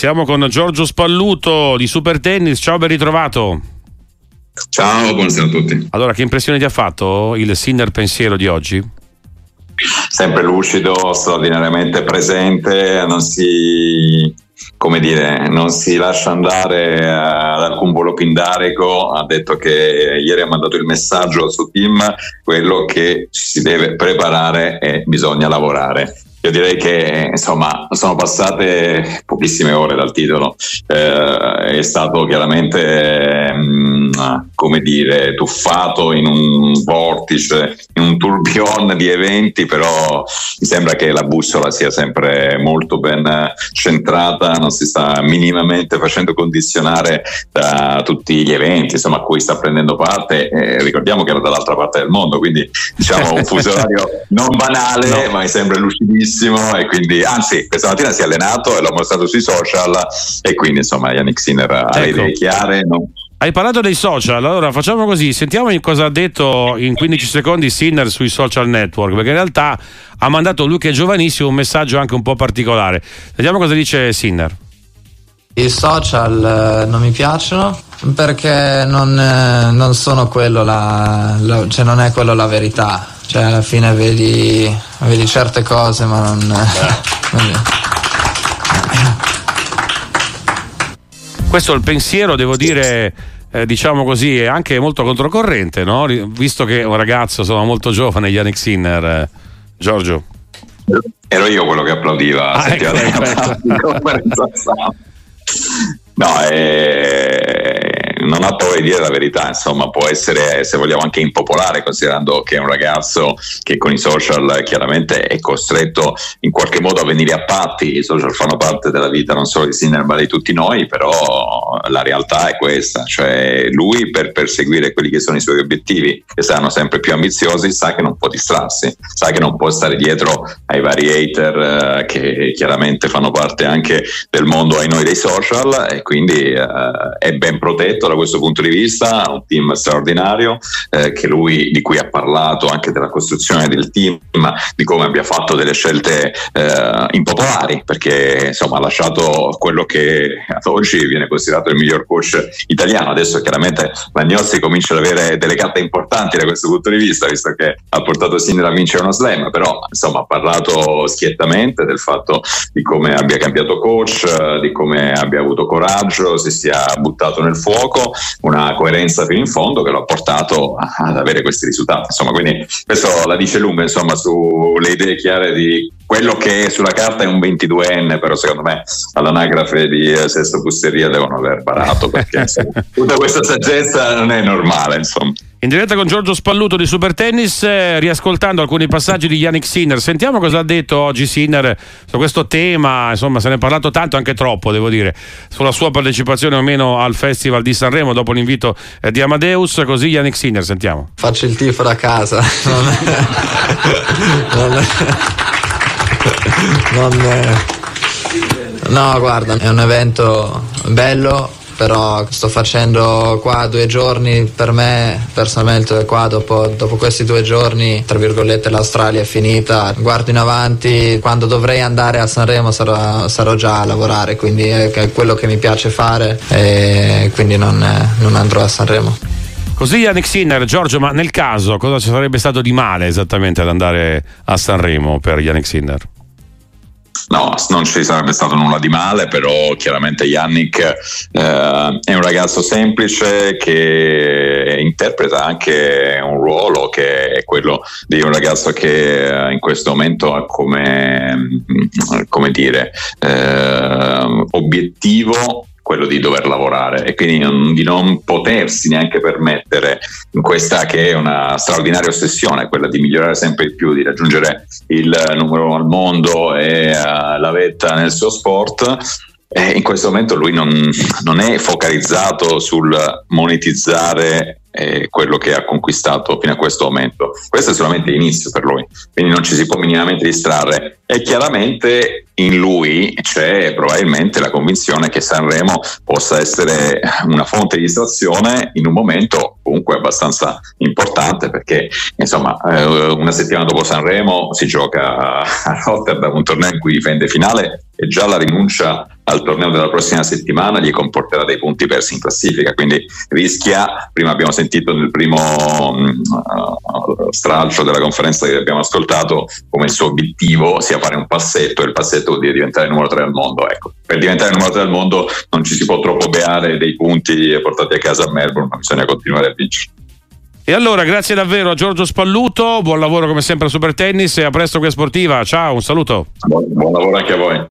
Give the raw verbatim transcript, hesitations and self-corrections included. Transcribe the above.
Siamo con Giorgio Spalluto di Super Tennis. Ciao, ben ritrovato. Ciao, buonasera a tutti. Allora, che impressione ti ha fatto il Sinner pensiero di oggi? Sempre lucido, straordinariamente presente, non si, come dire, non si lascia andare ad alcun volo pindarico. Ha detto che ieri ha mandato il messaggio al suo team, quello che si deve preparare e bisogna lavorare. Io direi che insomma sono passate pochissime ore dal titolo, eh, è stato chiaramente mh, come dire tuffato in un vortice, in un tourbillon di eventi, però mi sembra che la bussola sia sempre molto ben centrata, non si sta minimamente facendo condizionare da tutti gli eventi insomma a cui sta prendendo parte, eh, ricordiamo che era dall'altra parte del mondo, quindi diciamo un fuso orario non banale, no. Ma mi sembra lucidissimo. E quindi anzi questa mattina si è allenato e l'ho mostrato sui social e quindi insomma Jannik Sinner ha ecco. le idee chiare, no? Hai parlato dei social, allora facciamo così, sentiamo cosa ha detto in quindici secondi Sinner sui social network, perché in realtà ha mandato, lui che è giovanissimo, un messaggio anche un po' particolare. Vediamo cosa dice Sinner. I social eh, non mi piacciono perché non, eh, non sono quello la, la cioè non è quello la verità, cioè alla fine vedi, vedi certe cose ma non, eh. Questo è il pensiero, devo dire, eh, diciamo così, è anche molto controcorrente, no? Visto che è un ragazzo insomma molto giovane, Jannik Sinner. eh, Giorgio, ero io quello che applaudiva ah, ecco, no, eh, non ha paura di dire la verità, insomma può essere, se vogliamo, anche impopolare, considerando che è un ragazzo che con i social chiaramente è costretto in qualche modo a venire a patti. I social fanno parte della vita non solo di Sinner ma di tutti noi, però la realtà è questa, cioè lui per perseguire quelli che sono i suoi obiettivi, che saranno sempre più ambiziosi, sa che non può distrarsi, sa che non può stare dietro ai vari hater eh, che chiaramente fanno parte anche del mondo ai noi dei social, e quindi eh, è ben protetto da questo punto di vista, un team straordinario eh, che lui, di cui ha parlato anche della costruzione del team, di come abbia fatto delle scelte eh, impopolari, perché insomma ha lasciato quello che ad oggi viene considerato il miglior coach italiano. Adesso chiaramente Magnozzi comincia ad avere delle carte importanti da questo punto di vista, visto che ha portato Sinner a vincere uno slam, però insomma ha parlato schiettamente del fatto di come abbia cambiato coach, di come abbia avuto coraggio, si sia buttato nel fuoco, una coerenza fino in fondo che lo ha portato ad avere questi risultati. Insomma, quindi questo la dice lunga insomma sulle idee chiare di quello che sulla carta è un ventiduenne, però secondo me all'anagrafe di Sesto Fusteria devono aver barato, perché insomma, tutta questa saggezza non è normale, insomma. In diretta con Giorgio Spalluto di Super Tennis, eh, riascoltando alcuni passaggi di Jannik Sinner. Sentiamo cosa ha detto oggi Sinner su questo tema, insomma se ne è parlato tanto, anche troppo devo dire, sulla sua partecipazione o meno al Festival di Sanremo dopo l'invito eh, di Amadeus. Così Jannik Sinner, sentiamo. Faccio il tifo da casa. Non è, non è, non è, no, guarda, è un evento bello, però sto facendo qua due giorni, per me personalmente qua dopo, dopo questi due giorni tra virgolette l'Australia è finita, guardo in avanti, quando dovrei andare a Sanremo sarò, sarò già a lavorare, quindi è, è quello che mi piace fare e quindi non, non andrò a Sanremo. Così Jannik Sinner. Giorgio, ma nel caso cosa ci sarebbe stato di male esattamente ad andare a Sanremo per Jannik Sinner? No, non ci sarebbe stato nulla di male, però chiaramente Jannik eh, è un ragazzo semplice che interpreta anche un ruolo che è quello di un ragazzo che in questo momento ha come, come dire, eh, obiettivo quello di dover lavorare e quindi non, di non potersi neanche permettere in questa che è una straordinaria ossessione, quella di migliorare sempre di più, di raggiungere il numero uno al mondo e uh, la vetta nel suo sport. E in questo momento lui non, non è focalizzato sul monetizzare eh, quello che ha conquistato fino a questo momento. Questo è solamente l'inizio per lui, quindi non ci si può minimamente distrarre, e chiaramente in lui c'è probabilmente la convinzione che Sanremo possa essere una fonte di distrazione in un momento comunque abbastanza importante, perché insomma eh, una settimana dopo Sanremo si gioca a Rotterdam un torneo in cui difende finale, e già la rinuncia al torneo della prossima settimana gli comporterà dei punti persi in classifica, quindi rischia, prima abbiamo sentito nel primo uh, stralcio della conferenza che abbiamo ascoltato, come il suo obiettivo sia fare un passetto, e il passetto vuol dire diventare il numero tre al mondo. Ecco, per diventare il numero tre al mondo non ci si può troppo beare dei punti portati a casa a Melbourne, ma bisogna continuare a vincere. E allora grazie davvero a Giorgio Spalluto, buon lavoro come sempre a Super Tennis e a presto qui a Sportiva, ciao, un saluto. Buon, buon lavoro anche a voi.